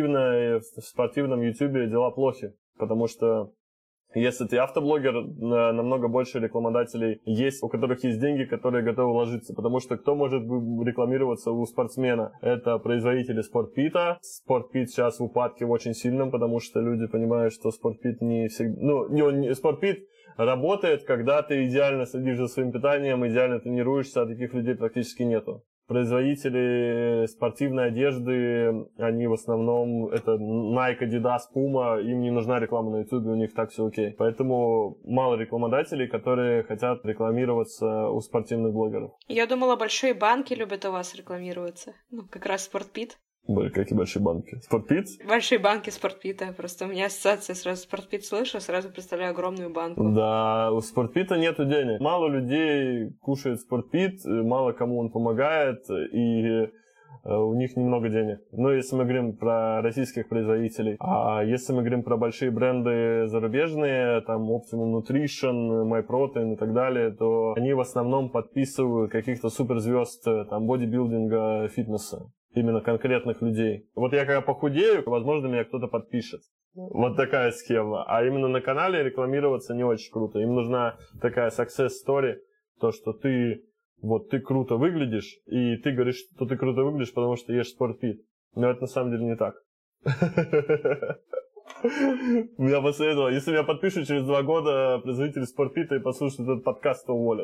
спортивном ютубе дела плохи, потому что если ты автоблогер, намного больше рекламодателей есть, у которых есть деньги, которые готовы вложиться, потому что кто может рекламироваться у спортсмена? Это производители спортпита. Спортпит сейчас в упадке очень сильном, потому что люди понимают, что спортпит не всегда... спортпит работает, когда ты идеально следишь за своим питанием, идеально тренируешься, а таких людей практически нету. Производители спортивной одежды, они в основном, это Nike, Adidas, Puma, им не нужна реклама на YouTube, у них так все окей. Поэтому мало рекламодателей, которые хотят рекламироваться у спортивных блогеров. Я думала, большие банки любят у вас рекламироваться. Как раз Спортпит. Какие большие банки? Спортпит? Большие банки Спортпита. Просто у меня ассоциация сразу Спортпит слышу, сразу представляю огромную банку. Да, у Спортпита нету денег. Мало людей кушает Спортпит, мало кому он помогает, и у них немного денег. Но если мы говорим про российских производителей, а если мы говорим про большие бренды зарубежные, там Optimum Nutrition, MyProtein и так далее, то они в основном подписывают каких-то суперзвезд там бодибилдинга, фитнеса. Именно конкретных людей. Вот я когда похудею, возможно, меня кто-то подпишет. Вот такая схема. А именно на канале рекламироваться не очень круто. Им нужна такая success story, то, что ты вот ты круто выглядишь, и ты говоришь, что ты круто выглядишь, потому что ешь спортфит. Но это на самом деле не так. Меня посоветовал, если меня подпишут через 2 года производители спортфита и послушают этот подкаст, то уволят.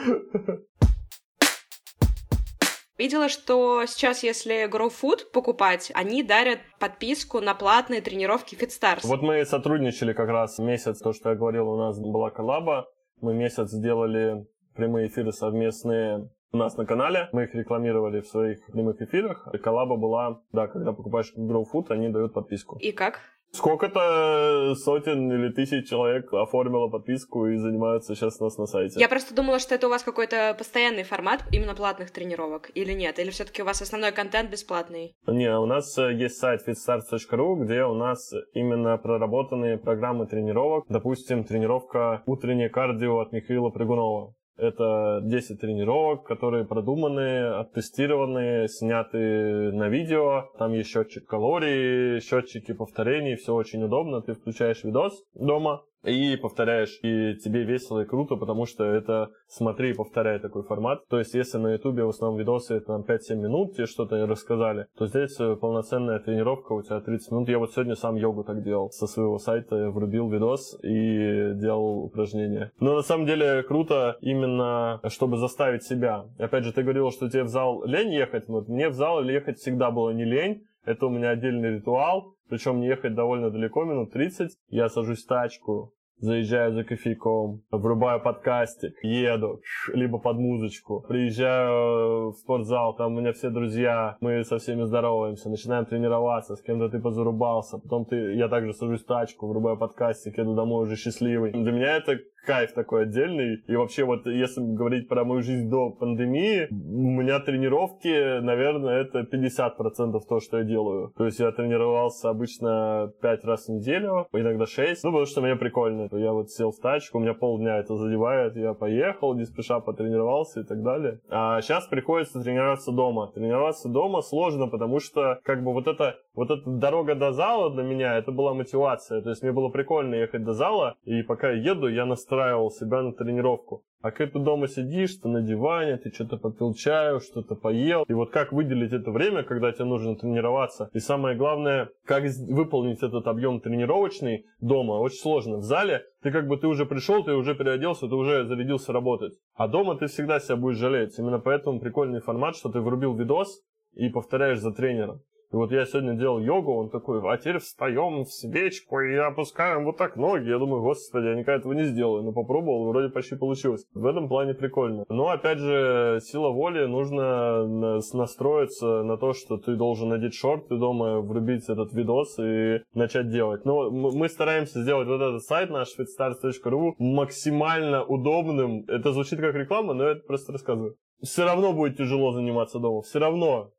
Видела, что сейчас, если GrowFood покупать, они дарят подписку на платные тренировки FitStars. Вот мы сотрудничали как раз месяц, то, что я говорил, у нас была коллаба. Мы месяц сделали прямые эфиры совместные у нас на канале. Мы их рекламировали в своих прямых эфирах. И коллаба была, да, когда покупаешь GrowFood, они дают подписку. И как? Сколько-то сотен или тысяч человек оформило подписку и занимаются сейчас у нас на сайте. Я просто думала, что это у вас какой-то постоянный формат именно платных тренировок, или нет? Или все-таки у вас основной контент бесплатный? Не, у нас есть сайт fitstars.ru, где у нас именно проработанные программы тренировок. Допустим, тренировка «Утреннее кардио» от Михаила Прыгунова. Это 10 тренировок, которые продуманы, оттестированы, сняты на видео. Там есть счетчик калорий, счетчики повторений, все очень удобно. Ты включаешь видос дома и повторяешь, и тебе весело и круто, потому что это смотри и повторяй такой формат. То есть, если на ютубе в основном видосы там 5-7 минут, тебе что-то рассказали, то здесь полноценная тренировка, у тебя 30 минут. Я вот сегодня сам йогу так делал. Со своего сайта врубил видос и делал упражнения. Но на самом деле круто именно, чтобы заставить себя. Опять же, ты говорил, что тебе в зал лень ехать. Вот мне в зал ехать всегда было не лень. Это у меня отдельный ритуал. Причем не ехать довольно далеко, минут 30. Я сажусь в тачку, заезжаю за кофейком, врубаю подкастик, еду, либо под музычку. Приезжаю в спортзал, там у меня все друзья, мы со всеми здороваемся, начинаем тренироваться, с кем-то ты позарубался. Потом я также сажусь в тачку, врубаю подкастик, еду домой уже счастливый. Для меня это кайф такой отдельный. И вообще вот если говорить про мою жизнь до пандемии, у меня тренировки, наверное, это 50% то, что я делаю. То есть я тренировался обычно 5 раз в неделю, иногда 6. Ну, потому что мне прикольно. Я вот сел в тачку, у меня полдня это задевает, я поехал, не спеша потренировался и так далее. А сейчас приходится тренироваться дома. Тренироваться дома сложно, потому что как бы вот эта дорога до зала для меня, это была мотивация. То есть мне было прикольно ехать до зала, и пока я еду, я настраивал себя на тренировку. А когда ты дома сидишь, ты на диване, ты что-то попил чаю, что-то поел. И вот как выделить это время, когда тебе нужно тренироваться? И самое главное, как выполнить этот объем тренировочный дома, очень сложно. В зале ты уже пришел, ты уже переоделся, ты уже зарядился работать. А дома ты всегда себя будешь жалеть. Именно поэтому прикольный формат, что ты врубил видос и повторяешь за тренером. И вот я сегодня делал йогу, он такой, а теперь встаем в свечку и опускаем вот так ноги. Я думаю, господи, я никогда этого не сделаю. Но попробовал, вроде почти получилось. В этом плане прикольно. Но опять же, сила воли, нужно настроиться на то, что ты должен надеть шорты дома, врубить этот видос и начать делать. Но мы стараемся сделать вот этот сайт наш, fitstars.ru, максимально удобным. Это звучит как реклама, но я это просто рассказываю. Все равно будет тяжело заниматься дома, все равно.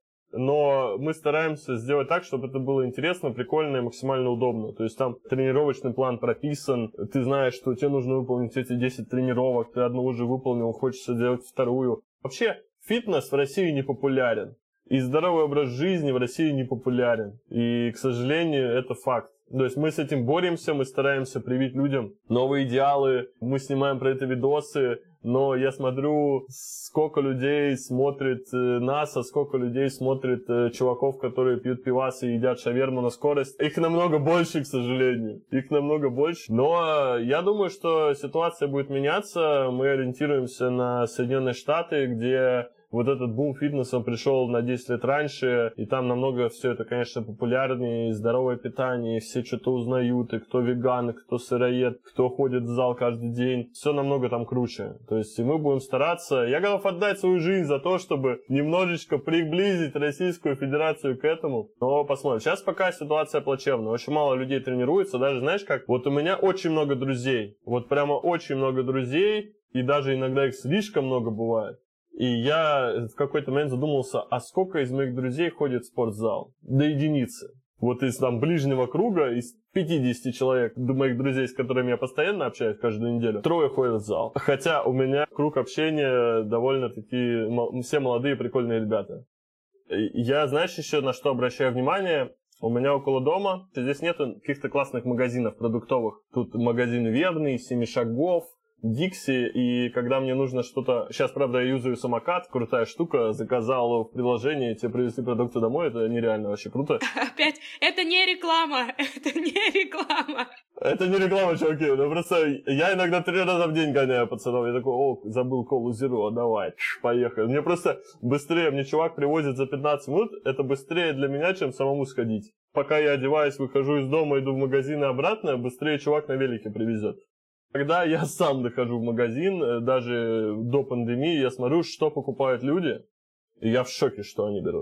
Но мы стараемся сделать так, чтобы это было интересно, прикольно и максимально удобно. То есть там тренировочный план прописан, ты знаешь, что тебе нужно выполнить эти 10 тренировок, ты одну уже выполнил, хочется делать вторую. Вообще, фитнес в России не популярен. И здоровый образ жизни в России не популярен. И, к сожалению, это факт. То есть мы с этим боремся, мы стараемся привить людям новые идеалы, мы снимаем про это видосы, но я смотрю, сколько людей смотрит нас, а сколько людей смотрит чуваков, которые пьют пивас и едят шаверму на скорость. Их намного больше, к сожалению. Их намного больше. Но я думаю, что ситуация будет меняться. Мы ориентируемся на Соединенные Штаты, где вот этот бум фитнеса пришел на 10 лет раньше, и там намного все это, конечно, популярнее, и здоровое питание, и все что-то узнают, и кто веган, и кто сыроед, кто ходит в зал каждый день. Все намного там круче. То есть и мы будем стараться. Я готов отдать свою жизнь за то, чтобы немножечко приблизить Российскую Федерацию к этому. Но посмотрим. Сейчас пока ситуация плачевная. Очень мало людей тренируется. Даже, знаешь как, вот у меня очень много друзей. Вот прямо очень много друзей, и даже иногда их слишком много бывает. И я в какой-то момент задумался, а сколько из моих друзей ходит в спортзал? До единицы. Вот из там ближнего круга, из 50 человек, моих друзей, с которыми я постоянно общаюсь каждую неделю, 3 ходят в зал. Хотя у меня круг общения довольно-таки все молодые прикольные ребята. Я, знаешь, еще на что обращаю внимание? У меня около дома, здесь нету каких-то классных магазинов продуктовых. Тут магазин Верный, 7 шагов, Dixie, и когда мне нужно что-то... Сейчас, правда, я юзаю самокат, крутая штука, заказал в приложении, тебе привезли продукты домой, это нереально, вообще круто. Опять, это не реклама, это не реклама. Это не реклама, чуваки, ну просто я иногда 3 раза в день гоняю пацанов, я такой, забыл колу Zero, давай, поехали. Мне просто быстрее, мне чувак привозит за 15 минут, это быстрее для меня, чем самому сходить. Пока я одеваюсь, выхожу из дома, иду в магазин и обратно, быстрее чувак на велике привезет. Когда я сам дохожу в магазин, даже до пандемии, я смотрю, что покупают люди, и я в шоке, что они берут.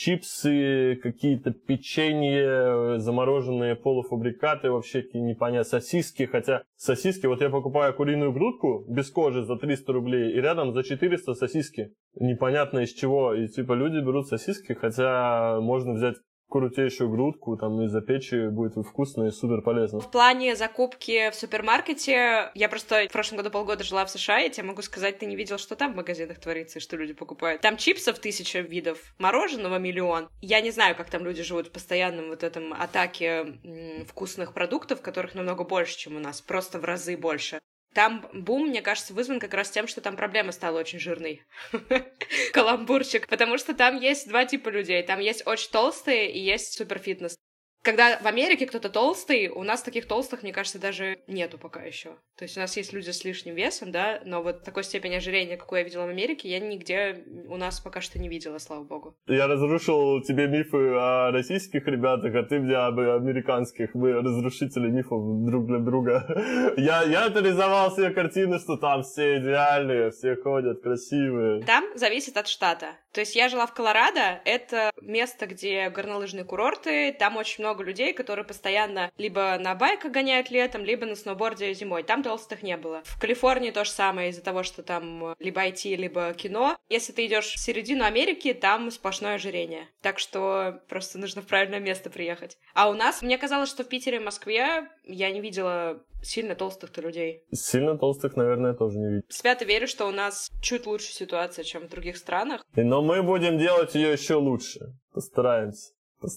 Чипсы, какие-то печенье, замороженные полуфабрикаты, вообще какие непонятные сосиски. Хотя сосиски, вот я покупаю куриную грудку без кожи за 300 рублей, и рядом за 400 сосиски. Непонятно из чего. И типа люди берут сосиски, хотя можно взять крутейшую грудку, там, и запечь ее, будет вкусно и супер полезно. В плане закупки в супермаркете, я просто в прошлом году полгода жила в США, и тебе могу сказать, ты не видел, что там в магазинах творится, и что люди покупают. Там чипсов 1000 видов, мороженого 1 миллион. Я не знаю, как там люди живут в постоянном вот этом атаке вкусных продуктов, которых намного больше, чем у нас, просто в разы больше. Там бум, мне кажется, вызван как раз тем, что там проблема стала очень жирной. Каламбурчик. Потому что там есть 2 типа людей. Там есть очень толстые и есть суперфитнес. Когда в Америке кто-то толстый, у нас таких толстых, мне кажется, даже нету пока еще. То есть у нас есть люди с лишним весом, да, но вот такой степени ожирения, какую я видела в Америке, я нигде у нас пока что не видела, слава богу. Я разрушил тебе мифы о российских ребятах, а ты мне об американских. Мы разрушители мифов друг для друга. Я-то рисовал себе картины, что там все идеальные, все ходят красивые. Там зависит от штата. То есть я жила в Колорадо, это место, где горнолыжные курорты, там очень много людей, которые постоянно либо на байках гоняют летом, либо на сноуборде зимой. Там толстых не было. В Калифорнии то же самое из-за того, что там либо IT, либо кино. Если ты идешь в середину Америки, там сплошное ожирение. Так что просто нужно в правильное место приехать. А у нас, мне казалось, что в Питере и Москве я не видела сильно толстых-то людей. Сильно толстых, наверное, тоже не видел. Свято верю, что у нас чуть лучше ситуация, чем в других странах. Но мы будем делать ее еще лучше. Постараемся.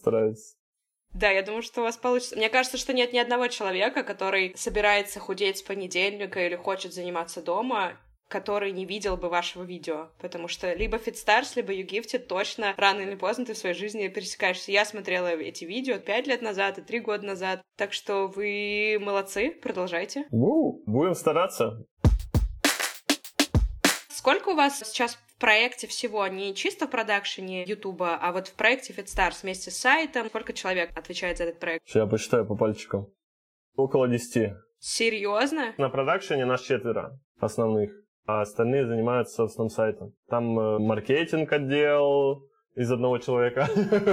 Да, я думаю, что у вас получится. Мне кажется, что нет ни одного человека, который собирается худеть с понедельника или хочет заниматься дома, который не видел бы вашего видео. Потому что либо FitStars, либо YouGifted точно рано или поздно ты в своей жизни пересекаешься. Я смотрела эти видео 5 лет назад и 3 года назад. Так что вы молодцы, продолжайте. Будем стараться. Сколько у вас сейчас в проекте всего? Не чисто в продакшене Ютуба, а вот в проекте FitStars вместе с сайтом? Сколько человек отвечает за этот проект? Сейчас я посчитаю по пальчикам. Около 10. Серьезно? На продакшене нас 4 основных, а остальные занимаются, собственно, сайтом. Там маркетинг отдел из одного человека.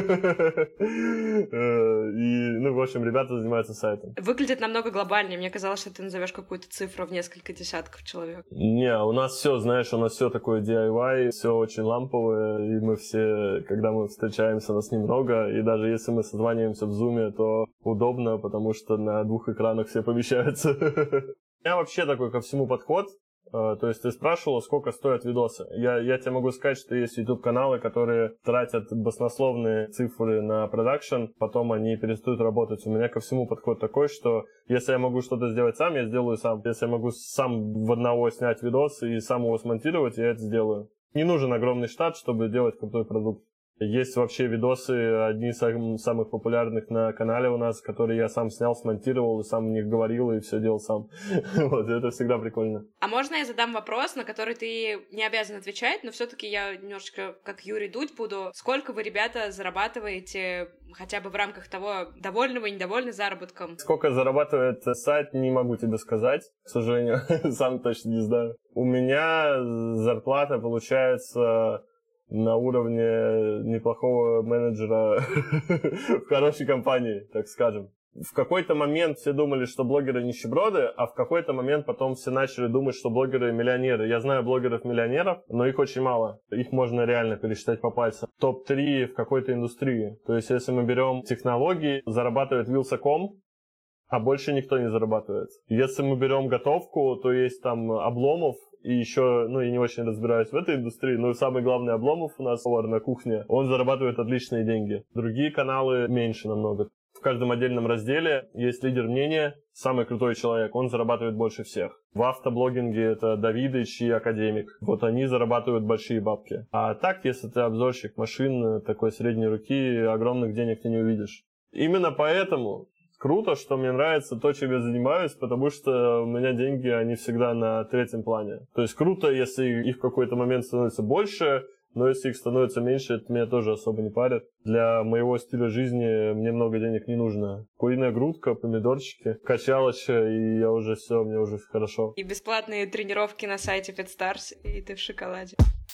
И, в общем, ребята занимаются сайтом. Выглядит намного глобальнее. Мне казалось, что ты назовешь какую-то цифру в несколько десятков человек. Не, у нас все, знаешь, у нас все такое DIY, все очень ламповое, и мы все, когда мы встречаемся, нас немного, и даже если мы созваниваемся в Zoom, то удобно, потому что на 2 экранах все помещаются. У меня вообще такой ко всему подход. То есть ты спрашивала, сколько стоят видосы. Я тебе могу сказать, что есть YouTube-каналы, которые тратят баснословные цифры на продакшн, потом они перестают работать. У меня ко всему подход такой, что если я могу что-то сделать сам, я сделаю сам. Если я могу сам в одного снять видос и сам его смонтировать, я это сделаю. Не нужен огромный штат, чтобы делать крутой продукт. Есть вообще видосы, одни из самых популярных на канале у нас, которые я сам снял, смонтировал, и сам в них говорил, и все делал сам. Вот, это всегда прикольно. А можно я задам вопрос, на который ты не обязан отвечать, но все-таки я немножечко как Юрий Дудь буду. Сколько вы, ребята, зарабатываете хотя бы в рамках того, довольны вы, недовольны заработком? Сколько зарабатывает сайт, не могу тебе сказать, к сожалению. Сам точно не знаю. У меня зарплата получается на уровне неплохого менеджера в хорошей компании, так скажем. В какой-то момент все думали, что блогеры нищеброды, а в какой-то момент потом все начали думать, что блогеры миллионеры. Я знаю блогеров-миллионеров, но их очень мало. Их можно реально пересчитать по пальцам. Топ-3 в какой-то индустрии. То есть, если мы берем технологии, зарабатывает Wylsa.com, а больше никто не зарабатывает. Если мы берем готовку, то есть там Обломов, и еще, я не очень разбираюсь в этой индустрии, но самый главный Обломов у нас повар на кухне, он зарабатывает отличные деньги. Другие каналы меньше намного. В каждом отдельном разделе есть лидер мнения, самый крутой человек, он зарабатывает больше всех. В автоблогинге это Давидыч и Академик. Вот они зарабатывают большие бабки. А так, если ты обзорщик машин такой средней руки, огромных денег ты не увидишь. Именно поэтому круто, что мне нравится то, чем я занимаюсь, потому что у меня деньги, они всегда на третьем плане. То есть круто, если их в какой-то момент становится больше, но если их становится меньше, это меня тоже особо не парит. Для моего стиля жизни мне много денег не нужно. Куриная грудка, помидорчики, качалочка, и я уже все, мне уже хорошо. И бесплатные тренировки на сайте FitStars, и ты в шоколаде.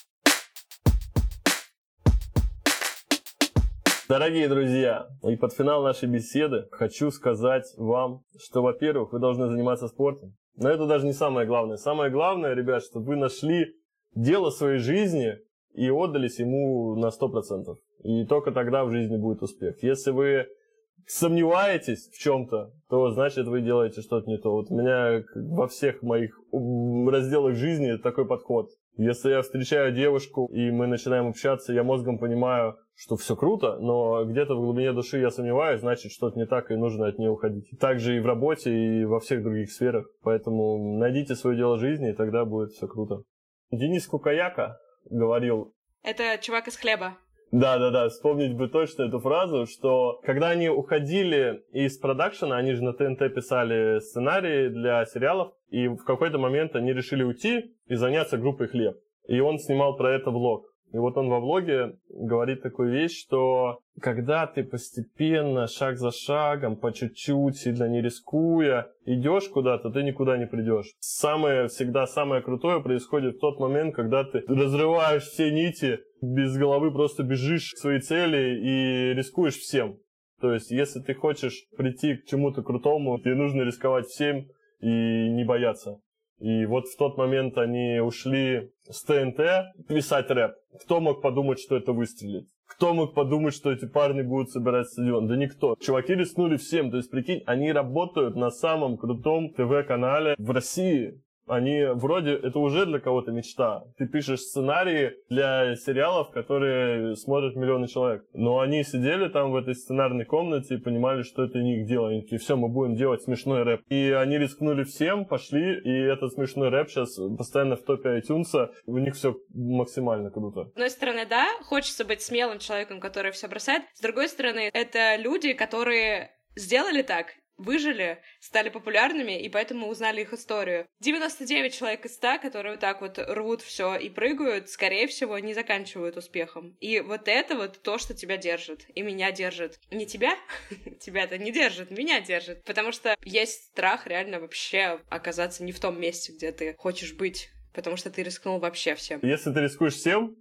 Дорогие друзья, и под финал нашей беседы хочу сказать вам, что, во-первых, вы должны заниматься спортом. Но это даже не самое главное. Самое главное, ребят, чтобы вы нашли дело своей жизни и отдались ему на 100%. И только тогда в жизни будет успех. Если вы сомневаетесь в чем-то, то значит вы делаете что-то не то. Вот у меня во всех моих разделах жизни такой подход. Если я встречаю девушку, и мы начинаем общаться, я мозгом понимаю, что все круто, но где-то в глубине души я сомневаюсь, значит, что-то не так, и нужно от нее уходить. Также и в работе, и во всех других сферах. Поэтому найдите свое дело жизни, и тогда будет все круто. Денис Кукаяка говорил... Это чувак из «Хлеба». Да, вспомнить бы точно эту фразу, что когда они уходили из продакшена, они же на ТНТ писали сценарии для сериалов, и в какой-то момент они решили уйти и заняться группой «Хлеб». И он снимал про это влог. И вот он во влоге говорит такую вещь, что когда ты постепенно, шаг за шагом, по чуть-чуть, сильно не рискуя, идешь куда-то, ты никуда не придешь. Всегда самое крутое происходит в тот момент, когда ты разрываешь все нити, без головы просто бежишь к своей цели и рискуешь всем. То есть, если ты хочешь прийти к чему-то крутому, тебе нужно рисковать всем и не бояться. И вот в тот момент они ушли с ТНТ писать рэп. Кто мог подумать, что это выстрелит? Кто мог подумать, что эти парни будут собирать стадион? Да никто. Чуваки рискнули всем. То есть, прикинь, они работают на самом крутом ТВ-канале в России. Они вроде, это уже для кого-то мечта. Ты пишешь сценарии для сериалов, которые смотрят миллионы человек. Но они сидели там в этой сценарной комнате и понимали, что это не их дело. Они такие, все, мы будем делать смешной рэп. И они рискнули всем, пошли, и этот смешной рэп сейчас постоянно в топе iTunes. У них все максимально круто. С одной стороны, да, хочется быть смелым человеком, который все бросает. С другой стороны, это люди, которые сделали так, выжили, стали популярными, и поэтому узнали их историю. 99 человек из 100, которые вот так вот рвут все и прыгают, скорее всего, не заканчивают успехом. И вот это вот то, что тебя держит, и меня держит. Не тебя? Тебя-то не держит, меня держит. Потому что есть страх реально вообще оказаться не в том месте, где ты хочешь быть, потому что ты рискнул вообще всем. Если ты рискуешь всем,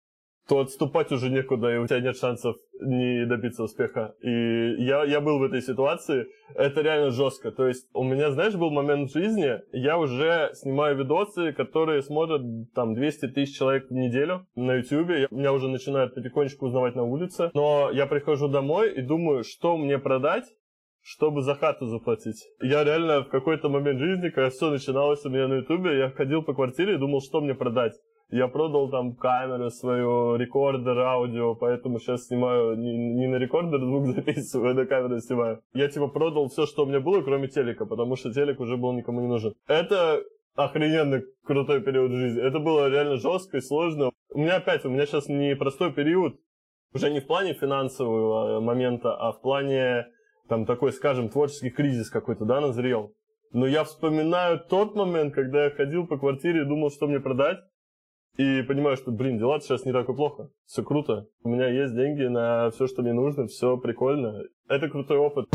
то отступать уже некуда, и у тебя нет шансов не добиться успеха. И я был в этой ситуации, это реально жестко. То есть у меня, знаешь, был момент в жизни, я уже снимаю видосы, которые смотрят там 200 тысяч человек в неделю на YouTube. Меня уже начинают потихонечку узнавать на улице. Но я прихожу домой и думаю, что мне продать, чтобы за хату заплатить. Я реально в какой-то момент жизни, когда все начиналось у меня на YouTube, я ходил по квартире и думал, что мне продать. Я продал там камеру свою, рекордер, аудио, поэтому сейчас снимаю не на рекордер звук записываю, а на камеру снимаю. Я типа продал все, что у меня было, кроме телека, потому что телек уже был никому не нужен. Это охрененно крутой период жизни. Это было реально жестко и сложно. У меня сейчас не простой период, уже не в плане финансового момента, а в плане там такой, скажем, творческий кризис какой-то, да, назрел. Но я вспоминаю тот момент, когда я ходил по квартире и думал, что мне продать. И понимаю, что, дела сейчас не так и плохо. Все круто. У меня есть деньги на все, что мне нужно, все прикольно. Это крутой опыт.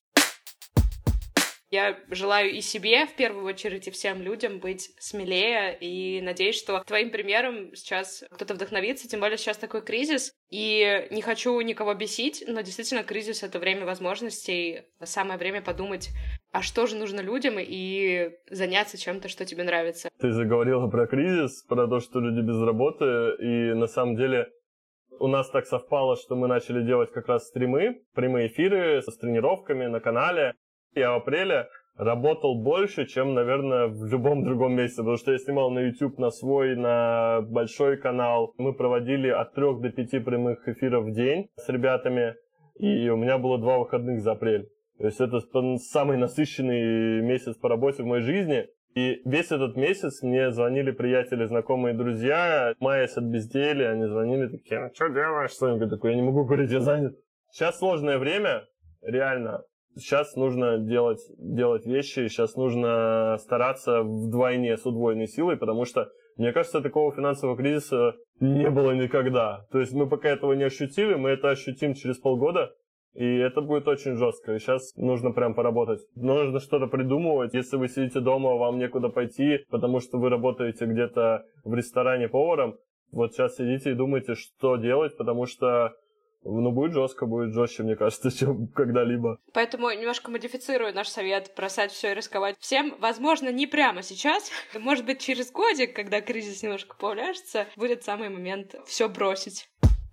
Я желаю и себе, в первую очередь, и всем людям быть смелее, и надеюсь, что твоим примером сейчас кто-то вдохновится, тем более сейчас такой кризис, и не хочу никого бесить, но действительно кризис — это время возможностей, самое время подумать, а что же нужно людям, и заняться чем-то, что тебе нравится. Ты заговорила про кризис, про то, что люди без работы, и на самом деле у нас так совпало, что мы начали делать как раз стримы, прямые эфиры с тренировками на канале. Я в апреле работал больше, чем, наверное, в любом другом месяце, потому что я снимал на YouTube, на свой, на большой канал. Мы проводили от 3 до 5 прямых эфиров в день с ребятами. и у меня было 2 выходных за апрель. То есть это самый насыщенный месяц по работе в моей жизни. И весь этот месяц мне звонили приятели, знакомые, друзья, маясь от безделья, они звонили такие: ну что делаешь, что-нибудь такое? Я не могу говорить, я занят. Сейчас сложное время, реально. Сейчас нужно делать вещи, сейчас нужно стараться вдвойне, с удвоенной силой, потому что, мне кажется, такого финансового кризиса не было никогда. То есть мы пока этого не ощутили, мы это ощутим через полгода, и это будет очень жестко. И сейчас нужно прям поработать. Нужно что-то придумывать. Если вы сидите дома, вам некуда пойти, потому что вы работаете где-то в ресторане поваром, вот сейчас сидите и думайте, что делать, потому что будет жестко, будет жестче, мне кажется, чем когда-либо. Поэтому немножко модифицирую наш совет бросать все и рисковать всем. Возможно, не прямо сейчас. Может быть, через годик, когда кризис немножко поуляжется, будет самый момент все бросить.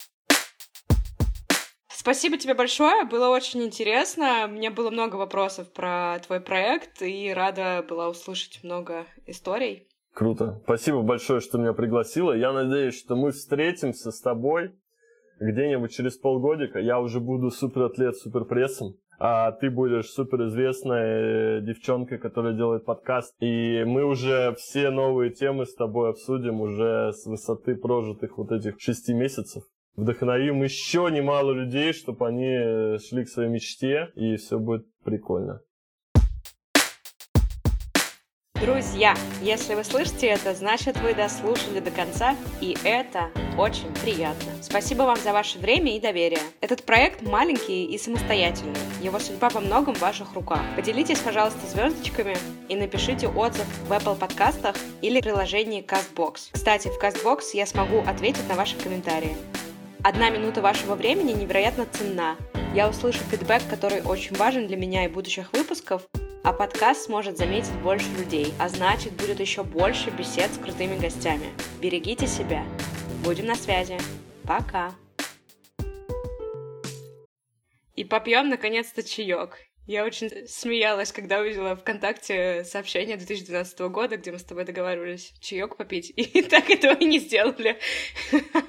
Спасибо тебе большое, было очень интересно. Мне было много вопросов про твой проект, и рада была услышать много историй. Круто. Спасибо большое, что меня пригласила. Я надеюсь, что мы встретимся с тобой где-нибудь через полгодика. Я уже буду суператлет, суперпрессом, а ты будешь суперизвестной девчонкой, которая делает подкаст. И мы уже все новые темы с тобой обсудим уже с высоты прожитых вот этих 6 месяцев. Вдохновим еще немало людей, чтобы они шли к своей мечте, и все будет прикольно. Друзья, если вы слышите это, значит, вы дослушали до конца, и это очень приятно. Спасибо вам за ваше время и доверие. Этот проект маленький и самостоятельный. Его судьба во многом в ваших руках. Поделитесь, пожалуйста, звездочками и напишите отзыв в Apple подкастах или приложении CastBox. Кстати, в CastBox я смогу ответить на ваши комментарии. 1 минута вашего времени невероятно ценна. Я услышу фидбэк, который очень важен для меня и будущих выпусков, а подкаст сможет заметить больше людей, а значит, будет еще больше бесед с крутыми гостями. Берегите себя. Будем на связи. Пока. И попьем наконец-то чаек. Я очень смеялась, когда увидела ВКонтакте сообщение 2012 года, где мы с тобой договаривались чаек попить, и так этого и не сделали.